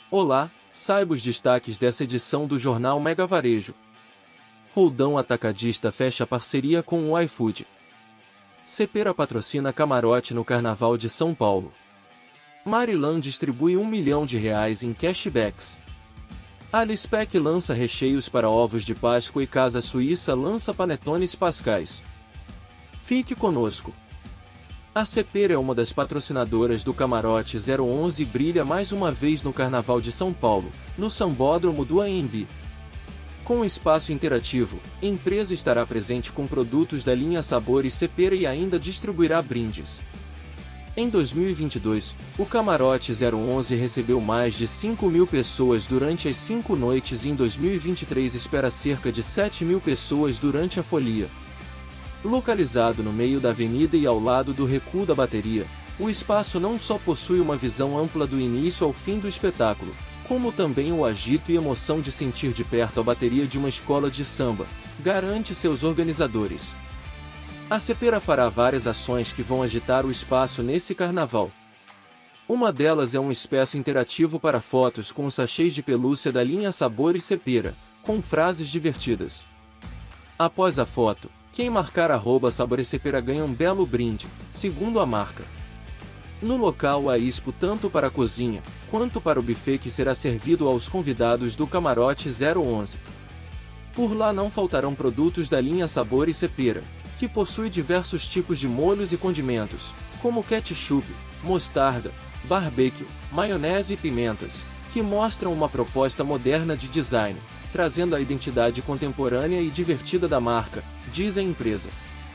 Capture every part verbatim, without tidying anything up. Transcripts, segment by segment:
Olá, saiba os destaques dessa edição do Jornal Mega Varejo. Roldão Atacadista fecha parceria com o iFood. Cepera patrocina camarote no Carnaval de São Paulo. Marilan distribui um milhão de reais em cashbacks. Alispec lança recheios para ovos de Páscoa e Casa Suíça lança panetones pascais. Fique conosco. A Cepera é uma das patrocinadoras do Camarote zero onze e brilha mais uma vez no Carnaval de São Paulo, no Sambódromo do A M B. Com um espaço interativo, a empresa estará presente com produtos da linha Sabor e Cepera e ainda distribuirá brindes. Em dois mil e vinte e dois, o Camarote zero onze recebeu mais de cinco mil pessoas durante as cinco noites e em dois mil e vinte e três espera cerca de sete mil pessoas durante a folia. Localizado no meio da avenida e ao lado do recuo da bateria, o espaço não só possui uma visão ampla do início ao fim do espetáculo, como também o agito e emoção de sentir de perto a bateria de uma escola de samba, garante seus organizadores. A Cepera fará várias ações que vão agitar o espaço nesse carnaval. Uma delas é um espaço interativo para fotos com sachês de pelúcia da linha Sabor e Cepera, com frases divertidas. Após a foto, quem marcar arroba Sabor e Cepera ganha um belo brinde, segundo a marca. No local há expo tanto para a cozinha, quanto para o buffet que será servido aos convidados do Camarote zero onze. Por lá não faltarão produtos da linha Sabor e Cepera, que possui diversos tipos de molhos e condimentos, como ketchup, mostarda, barbecue, maionese e pimentas, que mostram uma proposta moderna de design, trazendo a identidade contemporânea e divertida da marca, diz a empresa.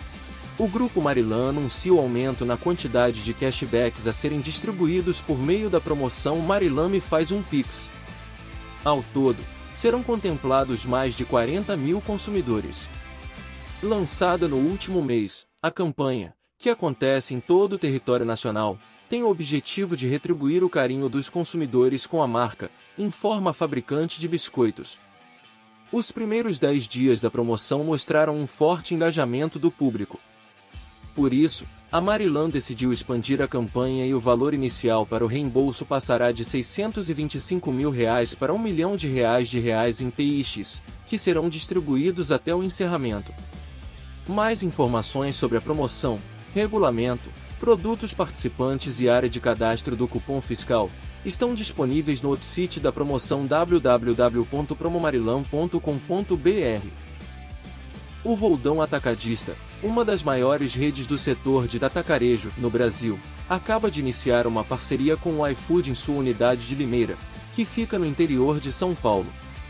O Grupo Marilan anuncia o aumento na quantidade de cashbacks a serem distribuídos por meio da promoção Marilan Me Faz um Pix. Ao todo, serão contemplados mais de quarenta mil consumidores. Lançada no último mês, a campanha, que acontece em todo o território nacional, tem o objetivo de retribuir o carinho dos consumidores com a marca, informa a fabricante de biscoitos. Os primeiros dez dias da promoção mostraram um forte engajamento do público. Por isso, a Marilan decidiu expandir a campanha e o valor inicial para o reembolso passará de seiscentos e vinte e cinco mil reais para um milhão de reais de reais em P X, que serão distribuídos até o encerramento. Mais informações sobre a promoção, regulamento, produtos participantes e área de cadastro do cupom fiscal estão disponíveis no site da promoção w w w ponto promomarilan ponto com ponto b r. O Roldão Atacadista, uma das maiores redes do setor de atacarejo no Brasil, acaba de iniciar uma parceria com o iFood em sua unidade de Limeira, que fica no interior de São Paulo.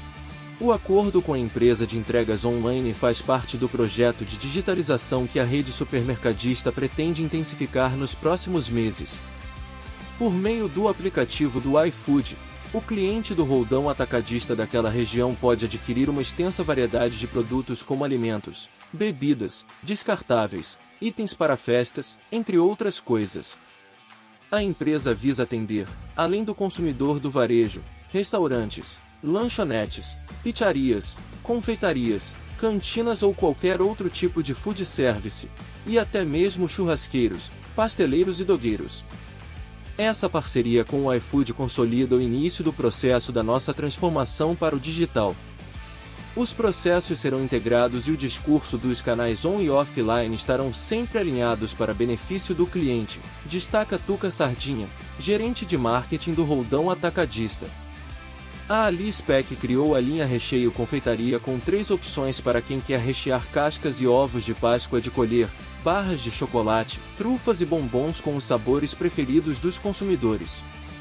O acordo com a empresa de entregas online faz parte do projeto de digitalização que a rede supermercadista pretende intensificar nos próximos meses. Por meio do aplicativo do iFood, o cliente do Roldão Atacadista daquela região pode adquirir uma extensa variedade de produtos como alimentos, bebidas, descartáveis, itens para festas, entre outras coisas. A empresa visa atender, além do consumidor do varejo, restaurantes, lanchonetes, pizzarias, confeitarias, cantinas ou qualquer outro tipo de food service, e até mesmo churrasqueiros, pasteleiros e dogueiros. Essa parceria com o iFood consolida o início do processo da nossa transformação para o digital. Os processos serão integrados e o discurso dos canais on e offline estarão sempre alinhados para benefício do cliente, destaca Tuca Sardinha, gerente de marketing do Roldão Atacadista. A Alispec criou a linha Recheio Confeitaria com três opções para quem quer rechear cascas e ovos de Páscoa de colher, barras de chocolate, trufas e bombons com os sabores preferidos dos consumidores.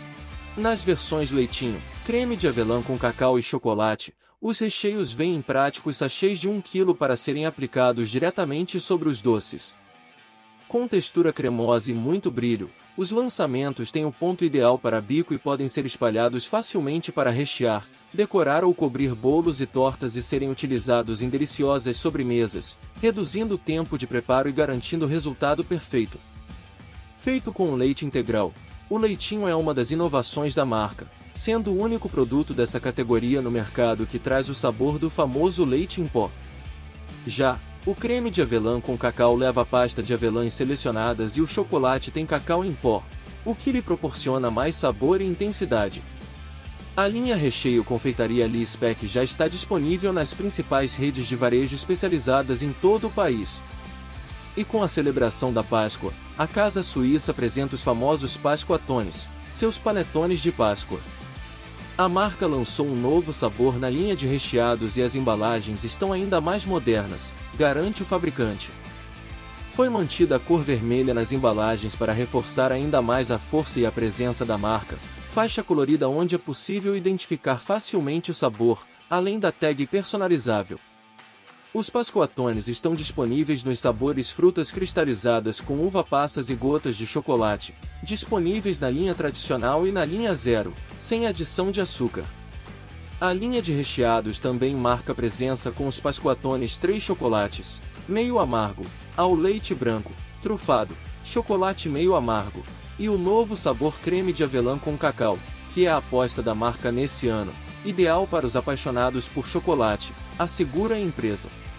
Nas versões leitinho, creme de avelã com cacau e chocolate, os recheios vêm em práticos sachês de um quilo para serem aplicados diretamente sobre os doces. Com textura cremosa e muito brilho, os lançamentos têm o ponto ideal para bico e podem ser espalhados facilmente para rechear, decorar ou cobrir bolos e tortas e serem utilizados em deliciosas sobremesas, reduzindo o tempo de preparo e garantindo o resultado perfeito. Feito com leite integral, o leitinho é uma das inovações da marca, sendo o único produto dessa categoria no mercado que traz o sabor do famoso leite em pó. Já o creme de avelã com cacau leva a pasta de avelãs selecionadas e o chocolate tem cacau em pó, o que lhe proporciona mais sabor e intensidade. A linha Recheio Confeitaria Lispec já está disponível nas principais redes de varejo especializadas em todo o país. E com a celebração da Páscoa, a Casa Suíça apresenta os famosos Pasquatones, seus panetones de Páscoa. A marca lançou um novo sabor na linha de recheados e as embalagens estão ainda mais modernas, garante o fabricante. Foi mantida a cor vermelha nas embalagens para reforçar ainda mais a força e a presença da marca, faixa colorida onde é possível identificar facilmente o sabor, além da tag personalizável. Os Pasquatones estão disponíveis nos sabores frutas cristalizadas com uva passas e gotas de chocolate, disponíveis na linha tradicional e na linha zero, sem adição de açúcar. A linha de recheados também marca presença com os Pasquatones três chocolates, meio amargo, ao leite branco, trufado, chocolate meio amargo, e o novo sabor creme de avelã com cacau, que é a aposta da marca nesse ano, ideal para os apaixonados por chocolate, assegura a empresa.